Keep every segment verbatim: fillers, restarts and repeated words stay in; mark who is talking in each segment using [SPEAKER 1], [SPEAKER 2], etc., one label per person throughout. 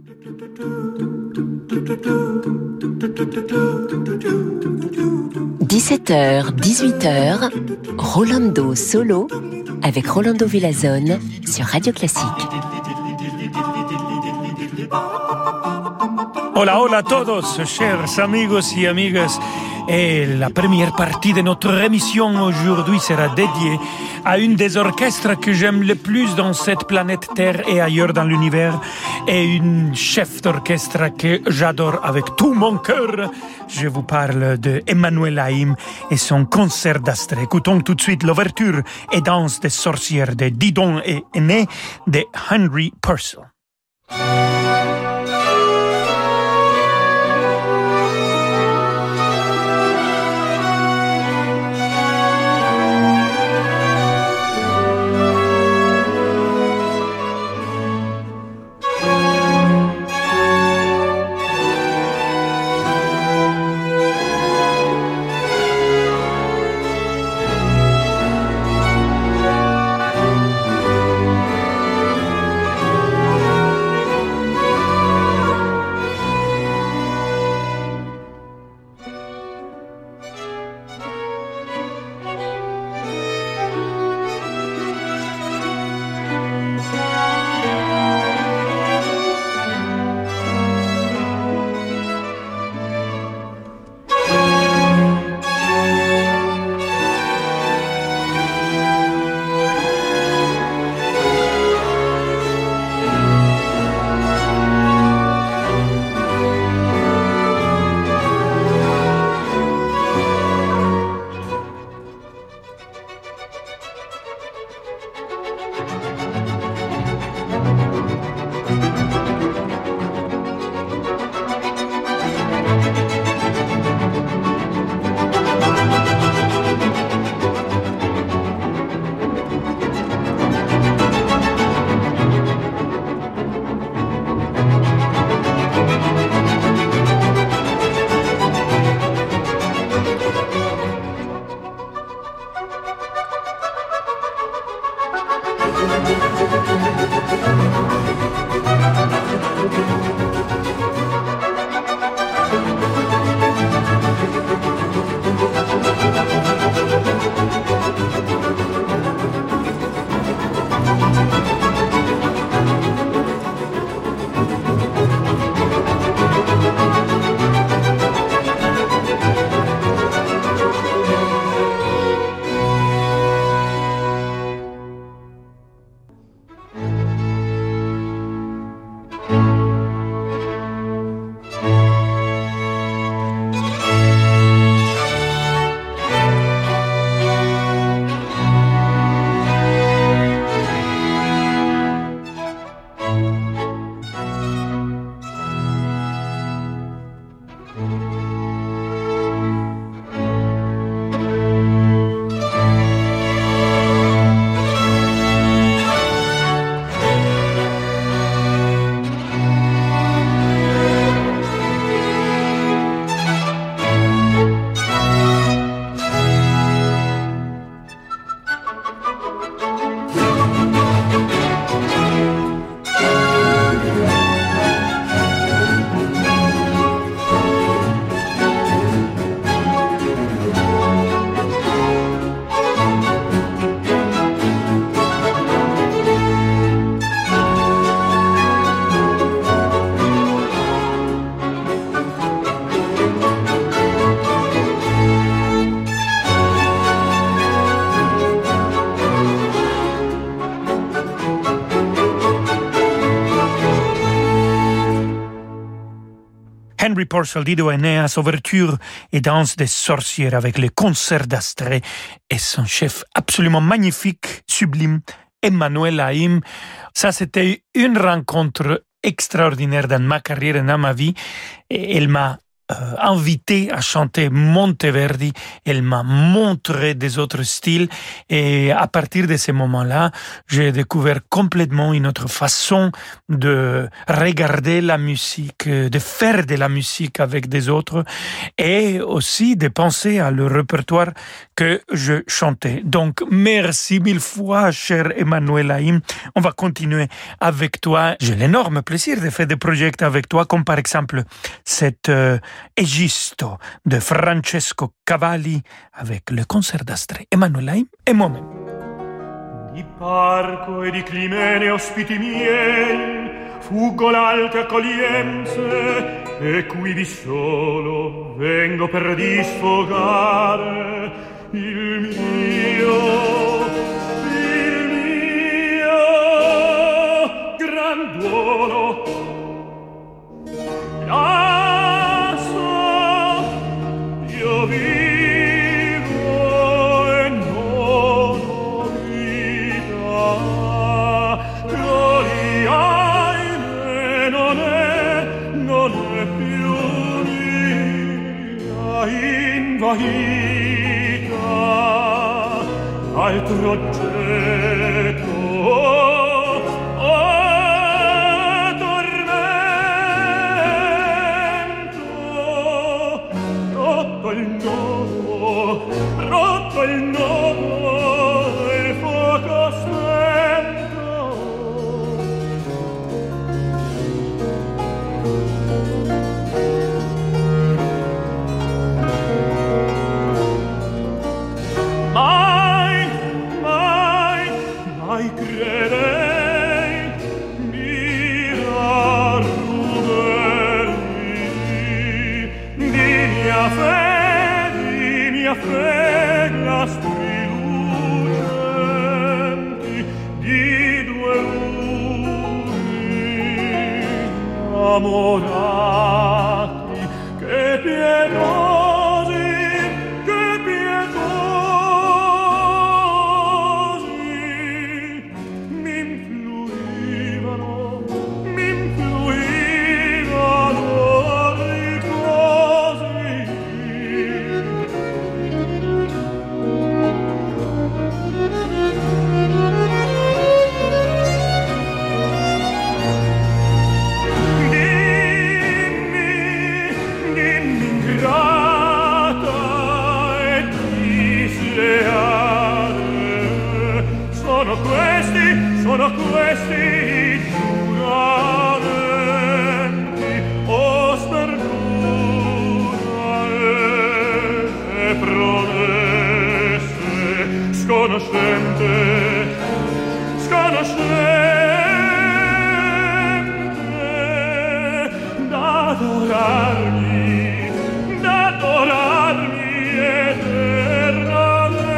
[SPEAKER 1] dix-sept heures, dix-huit heures, Rolando Solo avec Rolando Villazone sur Radio Classique.
[SPEAKER 2] Hola, hola a todos, chers amigos y amigas. Et la première partie de notre émission aujourd'hui sera dédiée à une des orchestres que j'aime le plus dans cette planète Terre et ailleurs dans l'univers, et une chef d'orchestre que j'adore avec tout mon cœur. Je vous parle de Emmanuel Haïm et son concert d'astre. Écoutons tout de suite l'ouverture et danse des sorcières de Didon et Aîné de Henry Purcell. Henry Purcell, Didon et Aeneas, ouverture et danse des sorcières avec les concerts d'Astrée et son chef absolument magnifique, sublime, Emmanuel Haïm. Ça, c'était une rencontre extraordinaire dans ma carrière et dans ma vie. Et elle m'a euh, invité à chanter Monteverdi. Elle m'a montré des autres styles et à partir de ce moment-là, j'ai découvert complètement une autre façon de regarder la musique, de faire de la musique avec des autres et aussi de penser à le répertoire que je chantais. Donc, merci mille fois, cher Emmanuel Haïm. On va continuer avec toi. J'ai l'énorme plaisir de faire des projets avec toi, comme par exemple cet euh, Egisto de Francesco Cavalli avec le concert d'Astrée. Emmanuel Haïm et moi-même.
[SPEAKER 3] Di parco e di Climene ospiti miei, fuggo l'alte accoglienze, e qui di solo vengo per disfogare il mio, il mio gran duolo. La so, io vivo e non ho vita, gloria ahimè non è, non è più mia, invaghita altro oggetto. Il nodo, rotto il nodo, il fuoco spento. Mai, mai, mai credei mi rarruberì di mia fede. Fregla strilucenti di due lumi amorati, che pietosi, che pietosi mi influivano, mi influivano riposi. Sono questi giuramenti, o sperduta e promesse, sconoscente, sconoscente, d'adorarmi, d'adorarmi eternamente.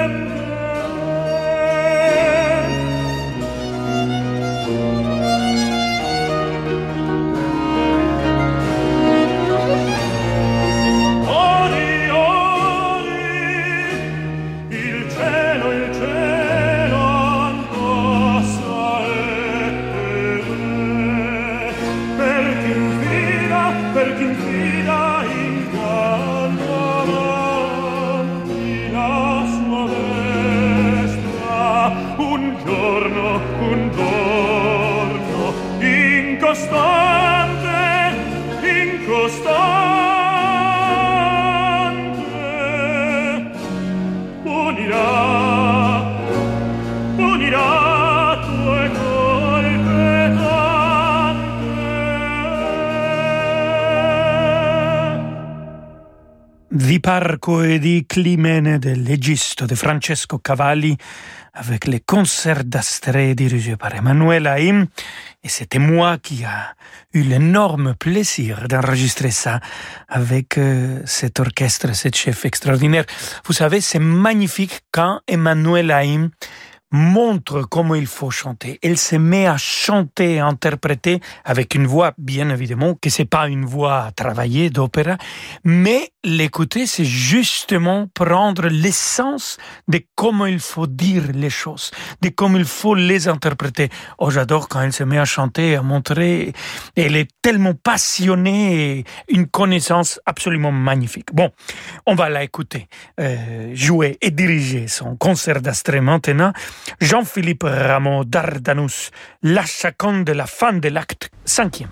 [SPEAKER 2] Di Parco e di Climene de l'Egisto de Francesco Cavalli avec les concerts d'Astrée dirigés par Emmanuel Haïm. Et c'était moi qui a eu l'énorme plaisir d'enregistrer ça avec euh, cet orchestre, cet chef extraordinaire. Vous savez, c'est magnifique quand Emmanuel Haïm montre comment il faut chanter. Elle se met à chanter, à interpréter avec une voix, bien évidemment, que c'est pas une voix à travailler d'opéra, mais l'écouter, c'est justement prendre l'essence de comment il faut dire les choses, de comment il faut les interpréter. Oh, j'adore quand elle se met à chanter, à montrer. Elle est tellement passionnée et une connaissance absolument magnifique. Bon, on va la écouter, euh, jouer et diriger son concert d'Astrée maintenant. Jean-Philippe Rameau Dardanus, la chaconne de la fin de l'acte cinquième.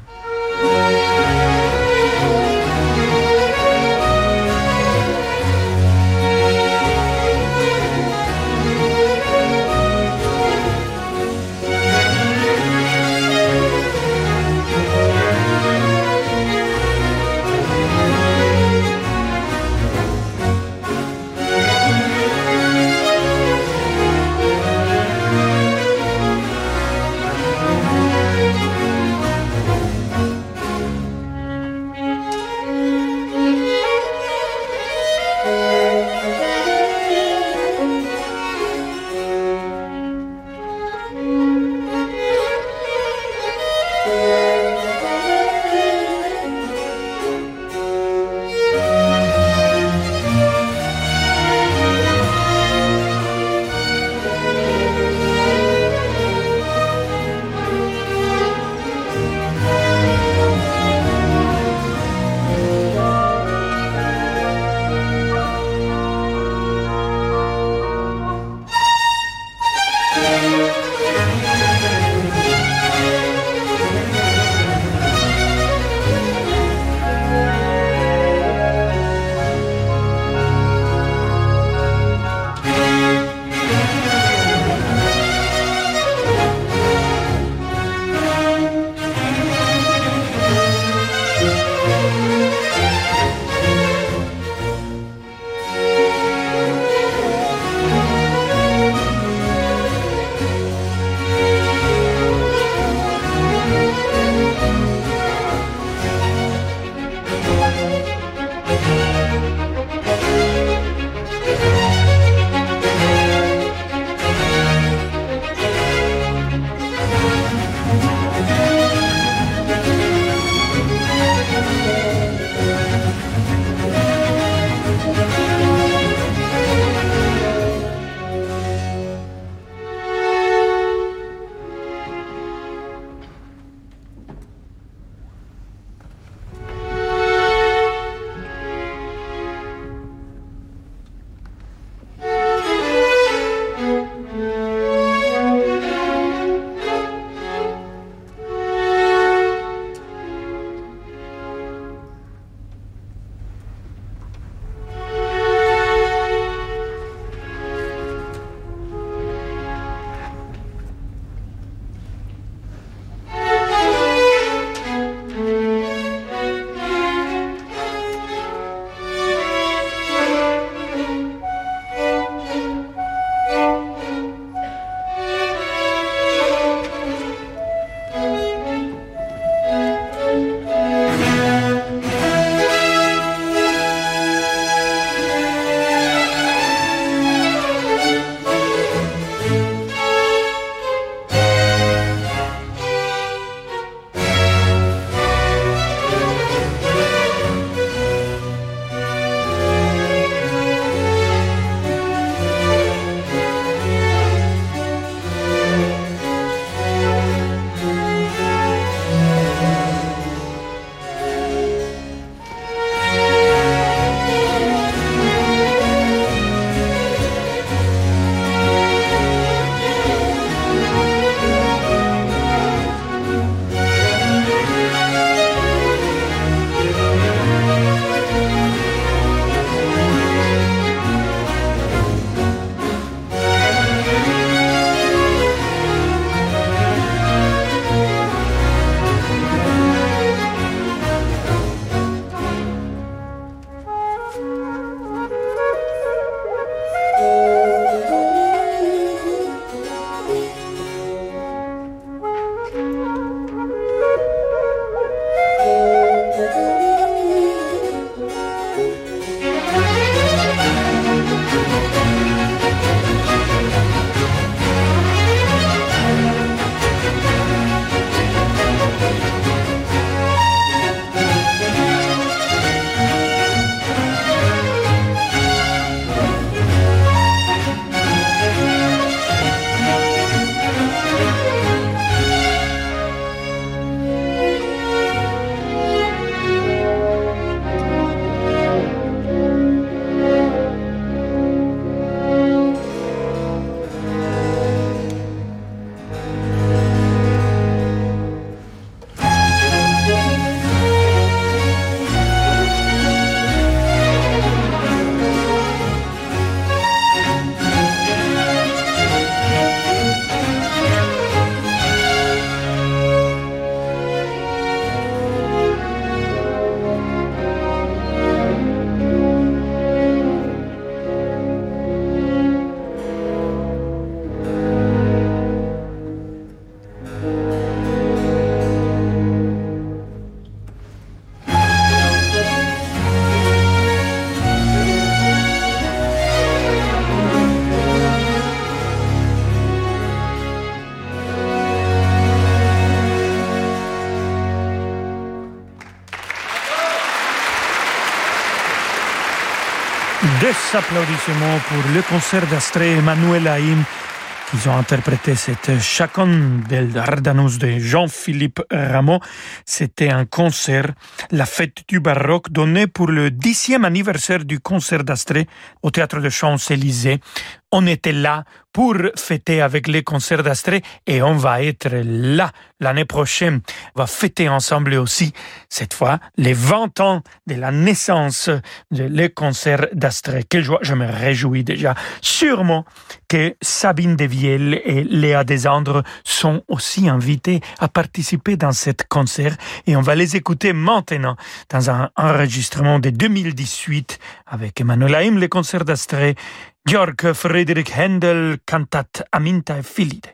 [SPEAKER 2] Des applaudissements pour le concert d'Astrée et Manuel Haïm. Ils ont interprété cette Chacón del Dardanus de Jean-Philippe Rameau. C'était un concert, la fête du baroque, donné pour le dixième anniversaire du concert d'Astrée au Théâtre de Champs-Élysées. On était là pour fêter avec les concerts d'Astrée et on va être là l'année prochaine. On va fêter ensemble aussi, cette fois, les vingt ans de la naissance de les concerts d'Astrée. Quelle joie, je me réjouis déjà. Sûrement que Sabine Devielle et Léa Desandres sont aussi invités à participer dans cet concert et on va les écouter maintenant dans un enregistrement de deux mille dix-huit avec Emanuel Haïm, les concerts d'Astrée, Georg Friedrich Händel, Cantate Aminta e Filide.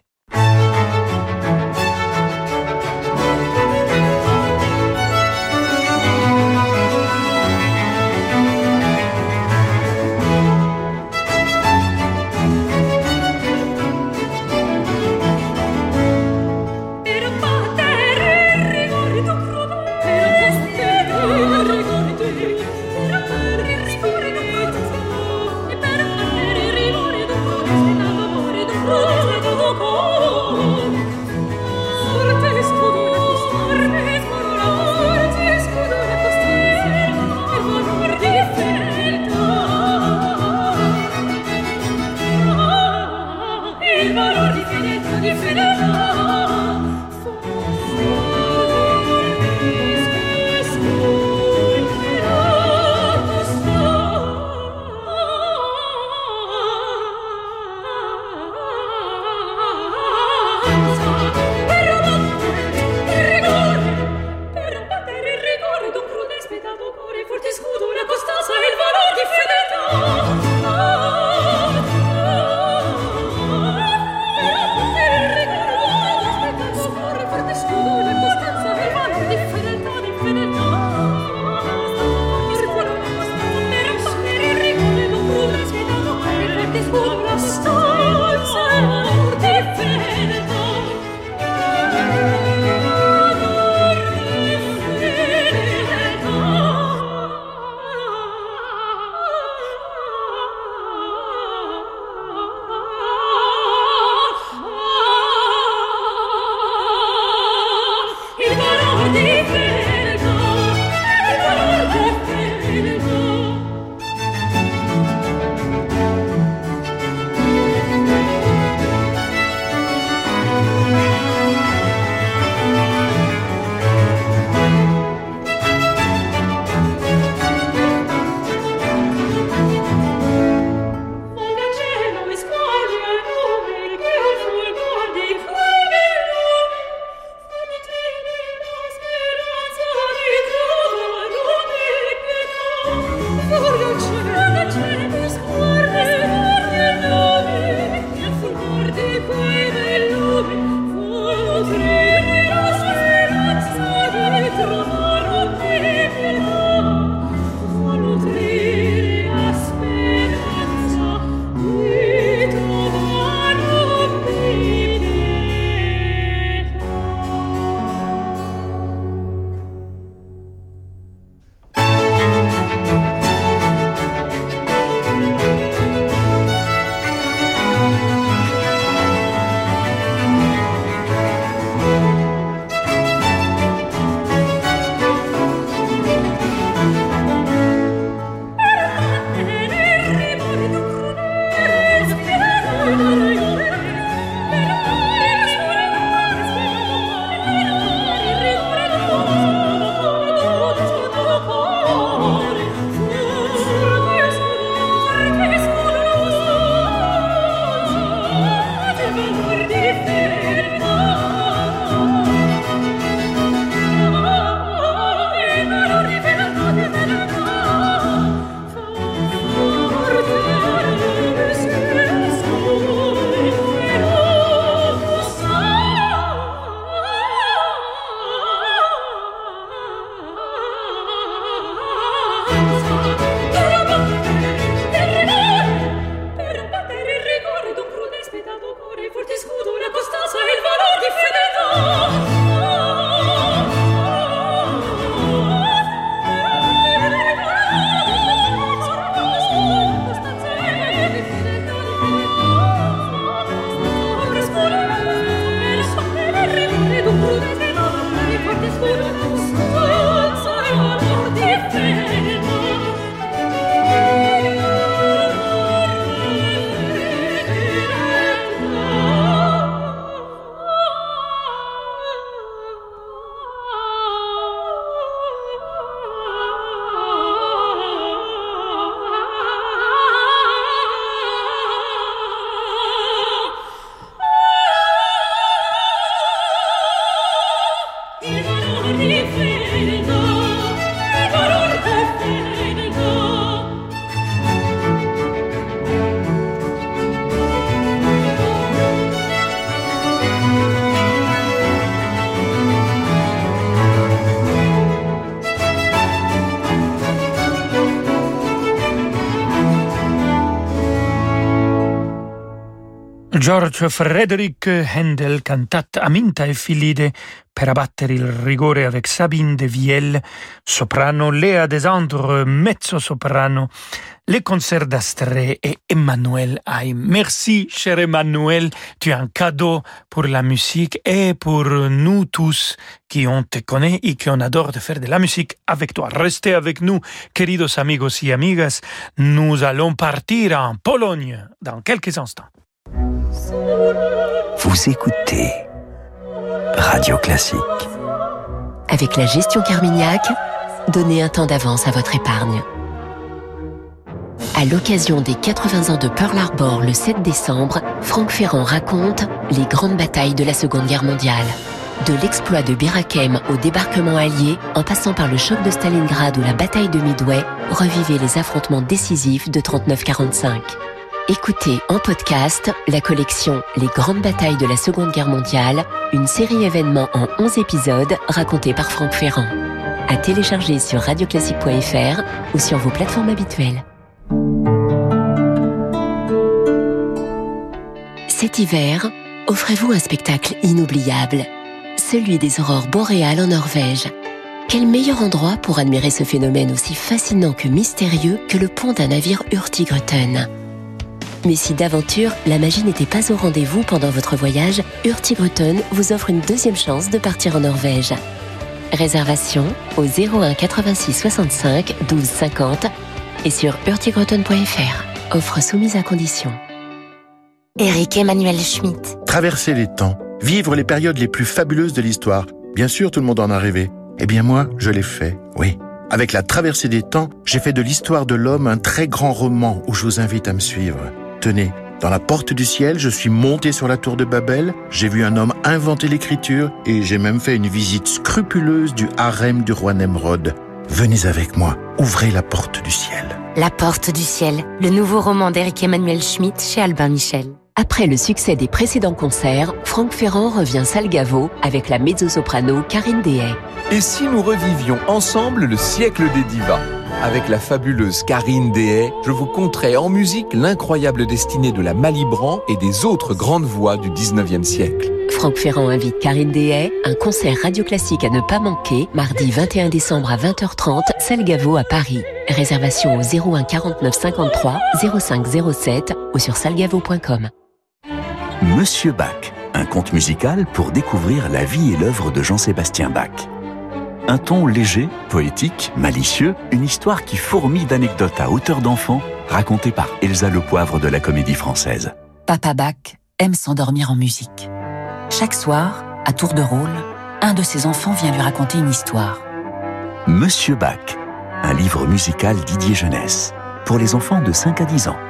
[SPEAKER 2] George Frederick Handel, cantate Aminta e Filide, per abbattere il rigore avec Sabine de Vielle, soprano, Léa Desandre, mezzo-soprano, les concerts d'Astrée et Emmanuel Haïm. Merci, cher Emmanuel, tu as un cadeau pour la musique et pour nous tous qui on te connaît et qui on adore de faire de la musique avec toi. Restez avec nous, queridos amigos y amigas. Nous allons partir en Pologne dans quelques instants.
[SPEAKER 4] Vous écoutez Radio Classique.
[SPEAKER 1] Avec la gestion Carmignac, donnez un temps d'avance à votre épargne. À l'occasion des quatre-vingts ans de Pearl Harbor le sept décembre, Franck Ferrand raconte les grandes batailles de la Seconde Guerre mondiale. De l'exploit de Bir Hakeim au débarquement allié, en passant par le choc de Stalingrad ou la bataille de Midway, revivez les affrontements décisifs de trente-neuf quarante-cinq. Écoutez en podcast la collection Les grandes batailles de la Seconde Guerre mondiale, une série événements en onze épisodes racontés par Franck Ferrand. À télécharger sur radioclassique point f r ou sur vos plateformes habituelles. Cet hiver, offrez-vous un spectacle inoubliable, celui des aurores boréales en Norvège. Quel meilleur endroit pour admirer ce phénomène aussi fascinant que mystérieux que le pont d'un navire Hurtigruten. Mais si d'aventure, la magie n'était pas au rendez-vous pendant votre voyage, Hurtigruten vous offre une deuxième chance de partir en Norvège. Réservation au zéro un quatre-vingt-six soixante-cinq douze cinquante et sur hurtigruten point f r. Offre soumise à condition.
[SPEAKER 5] Éric Emmanuel Schmitt.
[SPEAKER 6] Traverser les temps, vivre les périodes les plus fabuleuses de l'histoire. Bien sûr, tout le monde en a rêvé. Eh bien moi, je l'ai fait, oui. Avec la traversée des temps, j'ai fait de l'histoire de l'homme un très grand roman où je vous invite à me suivre. Tenez, dans la porte du ciel, je suis monté sur la tour de Babel, j'ai vu un homme inventer l'écriture et j'ai même fait une visite scrupuleuse du harem du roi Nemrod. Venez avec moi, ouvrez la porte du ciel.
[SPEAKER 5] La porte du ciel, le nouveau roman d'Éric Emmanuel Schmitt chez Albin Michel.
[SPEAKER 1] Après le succès des précédents concerts, Franck Ferrand revient Salgavo avec la mezzo-soprano Karine Dehaye.
[SPEAKER 7] Et si nous revivions ensemble le siècle des divas ? Avec la fabuleuse Karine Dehaye, je vous conterai en musique l'incroyable destinée de la Malibran et des autres grandes voix du dix-neuvième siècle.
[SPEAKER 1] Franck Ferrand invite Karine Dehaye, un concert radio classique à ne pas manquer, mardi vingt et un décembre à vingt heures trente, Salgavo à Paris. Réservation au zéro un quarante-neuf cinquante-trois zéro cinq zéro sept ou sur salgavo point com.
[SPEAKER 4] Monsieur Bach, un conte musical pour découvrir la vie et l'œuvre de Jean-Sébastien Bach. Un ton léger, poétique, malicieux, une histoire qui fourmille d'anecdotes à hauteur d'enfant, racontée par Elsa Lepoivre de la Comédie Française.
[SPEAKER 8] Papa Bach aime s'endormir en musique. Chaque soir, à tour de rôle, un de ses enfants vient lui raconter une histoire.
[SPEAKER 4] Monsieur Bach, un livre musical Didier Jeunesse, pour les enfants de cinq à dix ans.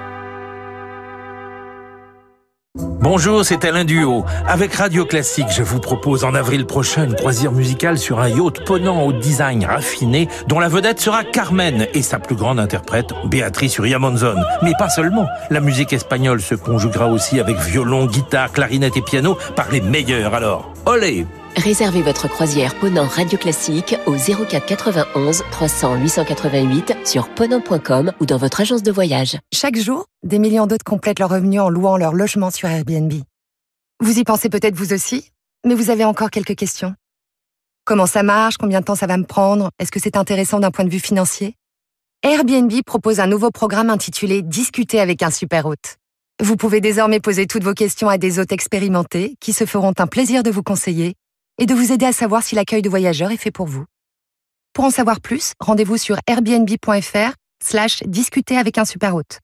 [SPEAKER 9] Bonjour, c'est Alain Duhaut. Avec Radio Classique, je vous propose en avril prochain une croisière musicale sur un yacht ponant au design raffiné dont la vedette sera Carmen et sa plus grande interprète, Béatrice Uria Monzon. Mais pas seulement. La musique espagnole se conjuguera aussi avec violon, guitare, clarinette et piano par les meilleurs. Alors, olé!
[SPEAKER 1] Réservez votre croisière Ponant Radio Classique au zéro quatre quatre-vingt-onze trois cents huit cent quatre-vingt-huit sur ponant point com ou dans votre agence de voyage.
[SPEAKER 10] Chaque jour, des millions d'autres complètent leurs revenus en louant leur logement sur Airbnb. Vous y pensez peut-être vous aussi, mais vous avez encore quelques questions. Comment ça marche? Combien de temps ça va me prendre? Est-ce que c'est intéressant d'un point de vue financier? Airbnb propose un nouveau programme intitulé « Discuter avec un super hôte ». Vous pouvez désormais poser toutes vos questions à des hôtes expérimentés qui se feront un plaisir de vous conseiller et de vous aider à savoir si l'accueil de voyageurs est fait pour vous. Pour en savoir plus, rendez-vous sur airbnb.fr slash discuter avec un super hôte.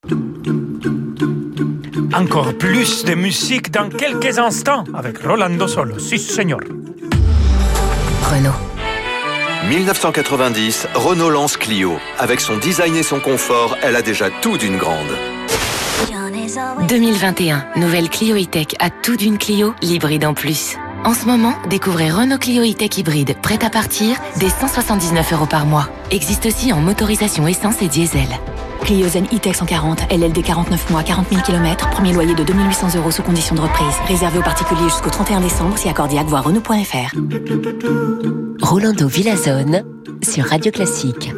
[SPEAKER 2] Encore plus de musique dans quelques instants avec Rolando Solo. Si, señor.
[SPEAKER 1] Renault.
[SPEAKER 11] dix-neuf cent quatre-vingt-dix, Renault lance Clio. Avec son design et son confort, elle a déjà tout d'une grande.
[SPEAKER 5] deux mille vingt et un, nouvelle Clio E-Tech à tout d'une Clio, l'hybride en plus. En ce moment, découvrez Renault Clio E-Tech hybride, prête à partir, dès cent soixante-dix-neuf euros par mois. Existe aussi en motorisation essence et diesel.
[SPEAKER 12] Clio Zen E-Tech cent quarante, L L D quarante-neuf mois, quarante mille kilomètres, premier loyer de deux mille huit cents euros sous condition de reprise. Réservé aux particuliers jusqu'au trente et un décembre, si accordiaque, voir Renault point F R.
[SPEAKER 1] Rolando Villazone sur Radio Classique.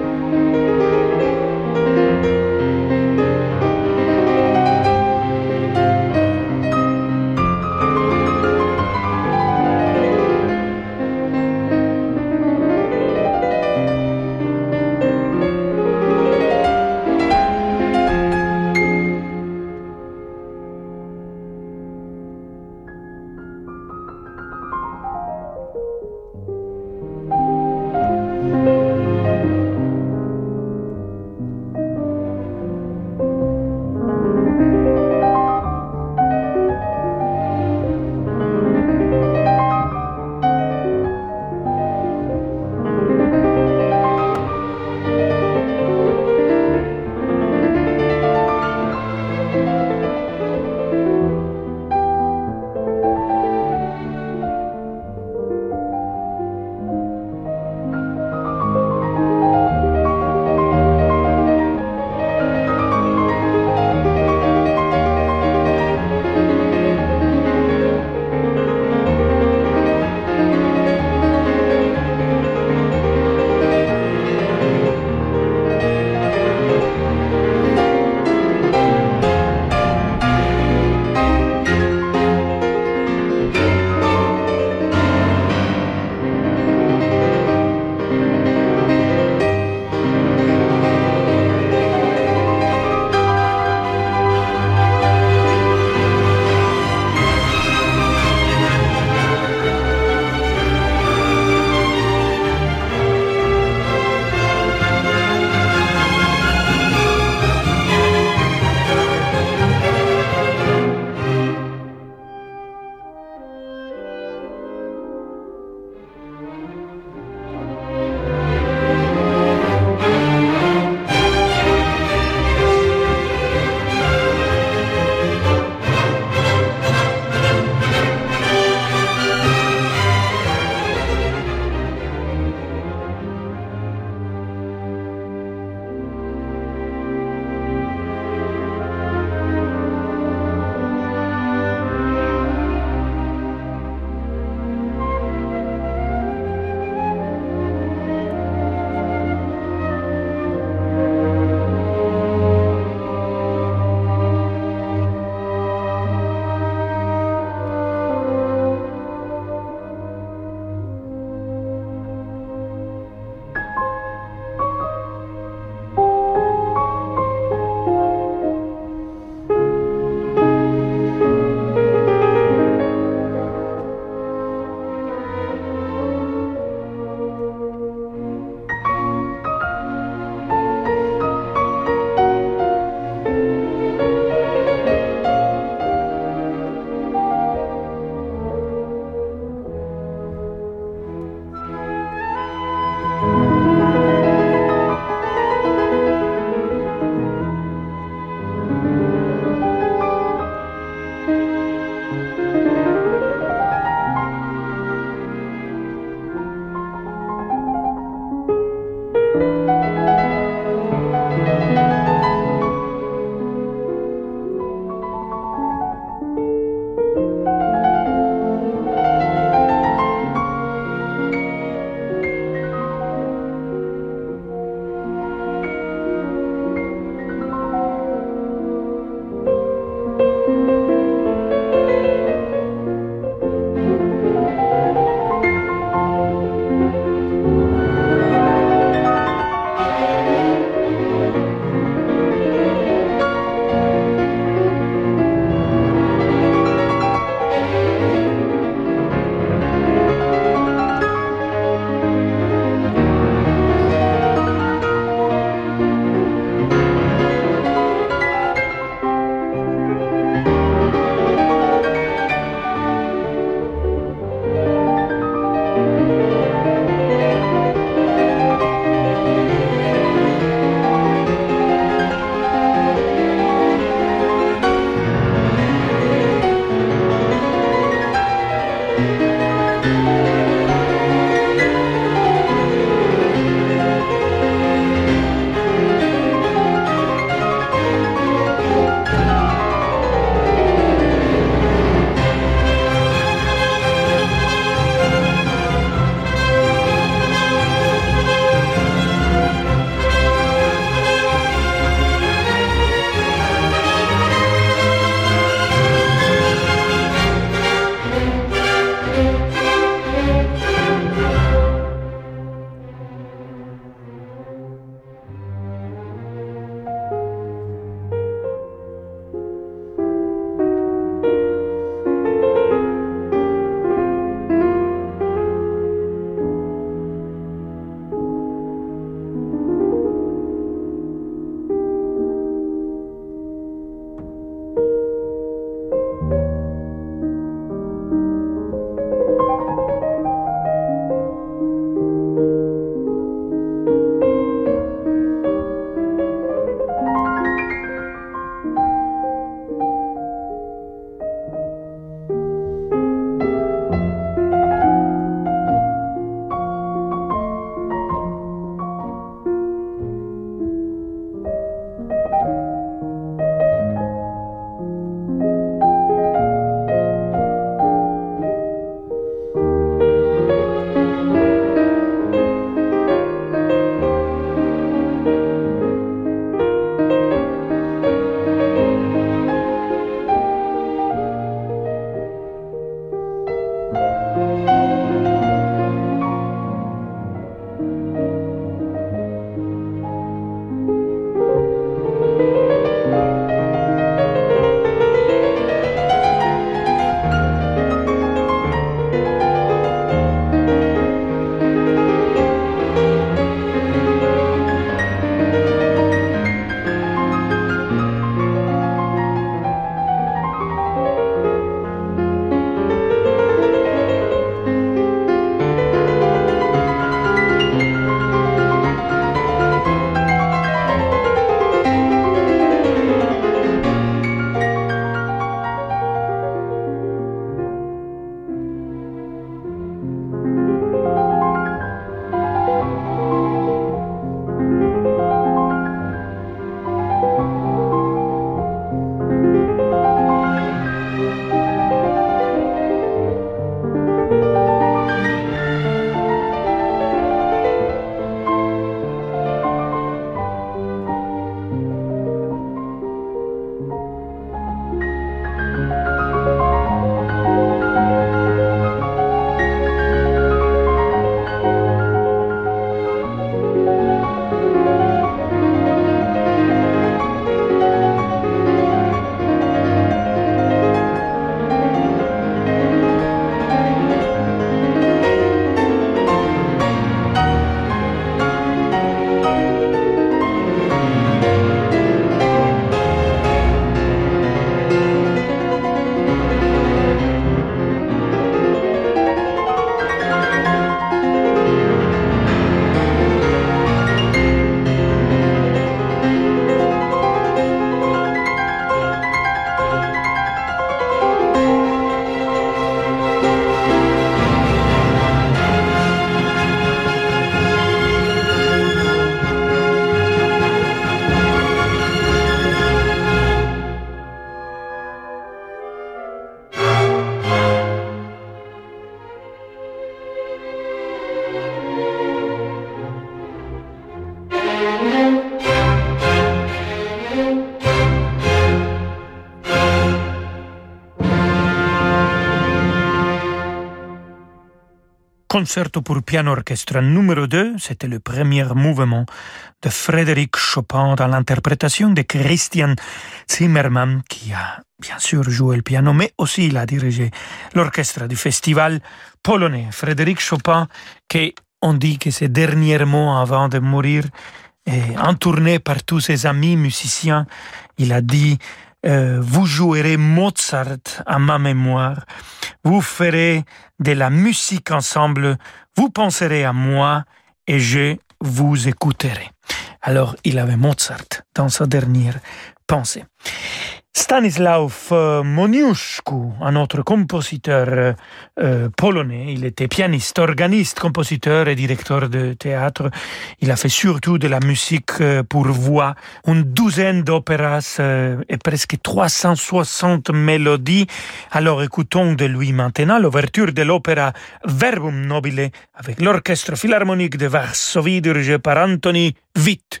[SPEAKER 2] concerto pour piano orchestre numéro deux, c'était le premier mouvement de Frédéric Chopin dans l'interprétation de Christian Zimmermann, qui a bien sûr joué le piano, mais aussi il a dirigé l'orchestre du festival polonais. Frédéric Chopin, qui on dit que ses derniers mots avant de mourir, et en tournée par tous ses amis musiciens, il a dit euh, « Vous jouerez Mozart à ma mémoire, vous ferez de la musique ensemble, vous penserez à moi et je vous écouterai. » Alors, il avait Mozart dans sa dernière pensée. Stanisław Moniuszko, un autre compositeur euh, polonais, il était pianiste, organiste, compositeur et directeur de théâtre. Il a fait surtout de la musique pour voix, une douzaine d'opéras euh, et presque trois cent soixante mélodies. Alors écoutons de lui maintenant l'ouverture de l'opéra Verbum Nobile avec l'orchestre philharmonique de Varsovie dirigé par Anthony Witt.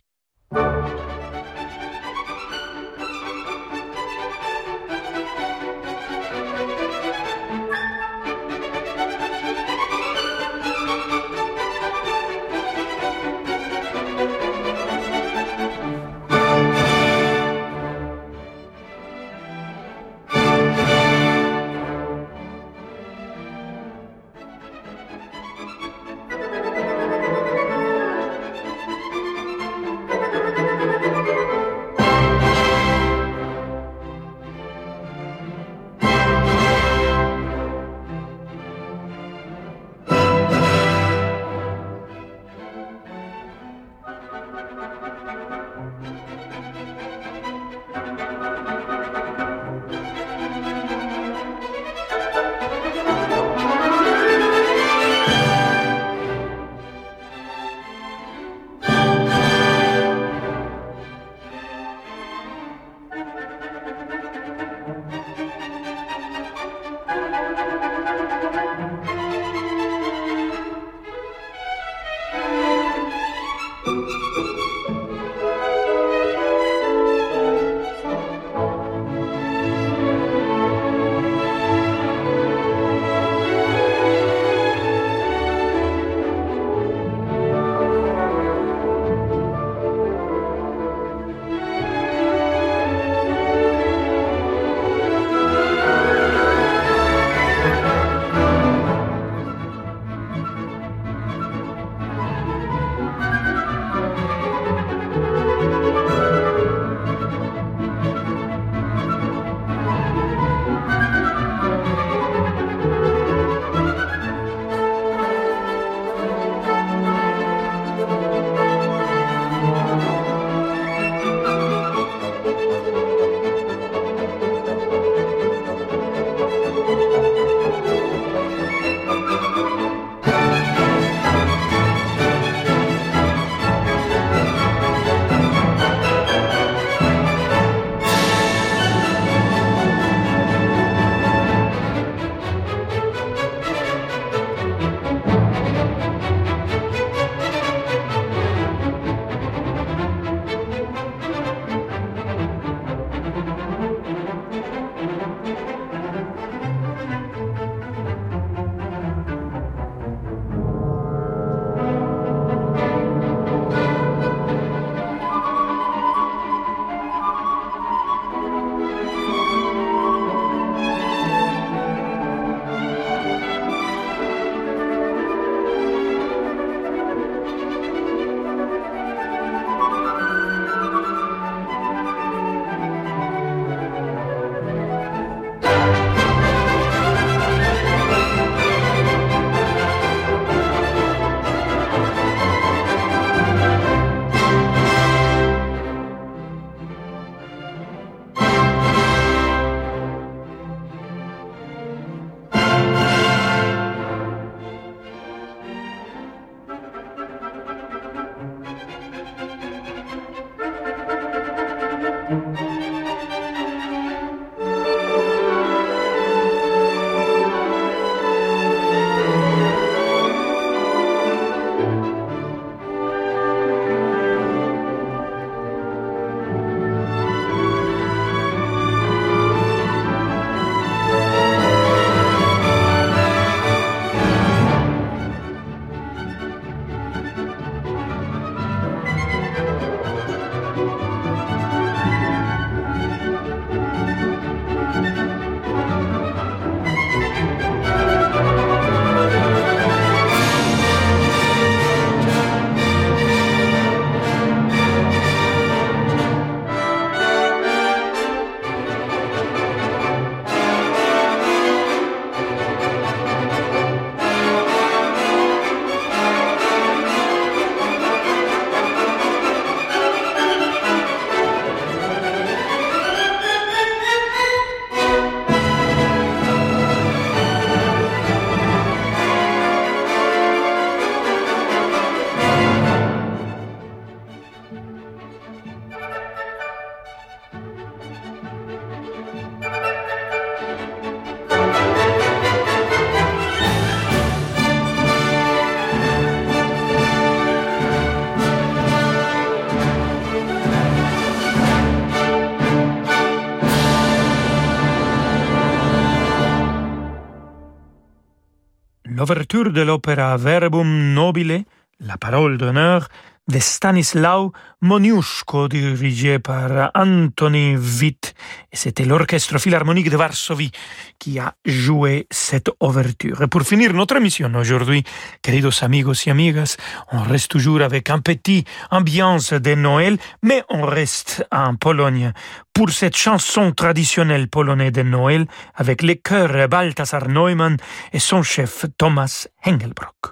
[SPEAKER 2] l'ouverture de l'opéra Verbum Nobile, la parole d'honneur, de Stanisław Moniuszko, dirigé par Antoni Witt. Et c'était l'Orchestre Philharmonique de Varsovie qui a joué cette ouverture. Et pour finir notre émission aujourd'hui, queridos amigos y amigas, on reste toujours avec un petit ambiance de Noël, mais on reste en Pologne pour cette chanson traditionnelle polonaise de Noël avec les chœurs Balthasar Neumann et son chef Thomas Hengelbrock.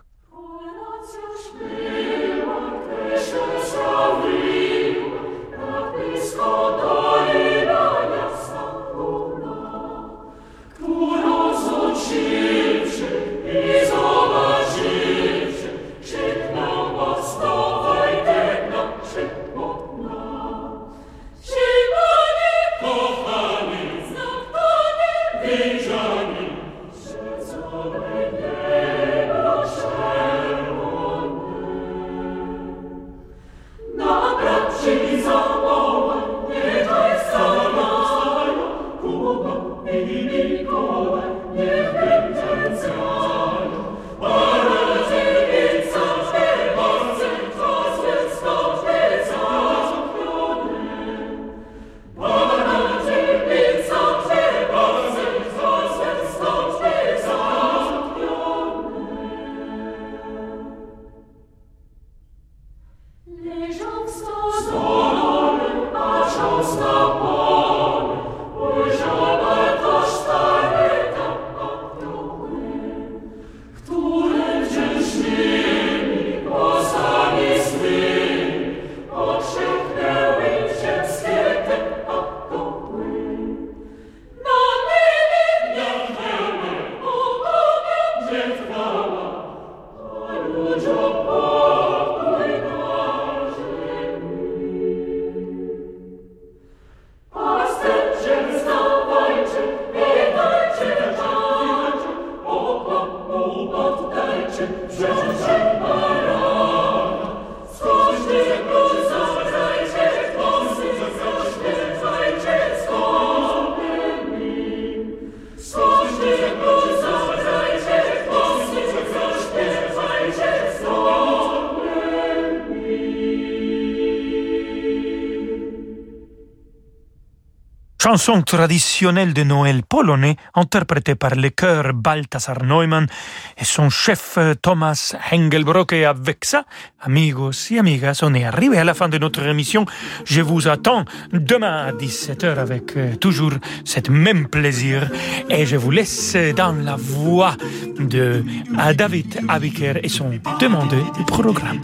[SPEAKER 2] Chanson traditionnelle de Noël polonais interprétée par le chœur Balthasar Neumann et son chef Thomas Hengelbrock. Et avec ça, amigos et amigas, on est arrivé à la fin de notre émission. Je vous attends demain à dix-sept heures avec euh, toujours cet même plaisir. Et je vous laisse dans la voix de euh, David Abiker et son demandé programme.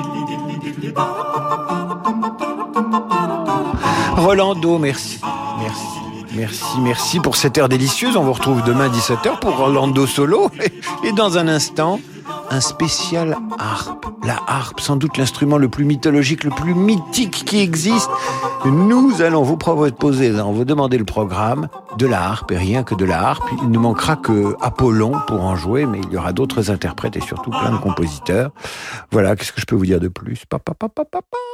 [SPEAKER 13] Rolando, merci. Merci, merci, merci pour cette heure délicieuse. On vous retrouve demain à dix-sept heures pour Rolando Solo. Et dans un instant, un spécial harpe. La harpe, sans doute l'instrument le plus mythologique, le plus mythique qui existe. Nous allons vous proposer, on vous demander le programme de la harpe et rien que de la harpe. Il ne manquera que Apollon pour en jouer, mais il y aura d'autres interprètes et surtout plein de compositeurs. Voilà, qu'est-ce que je peux vous dire de plus? Pa, pa, pa, pa, pa, pa.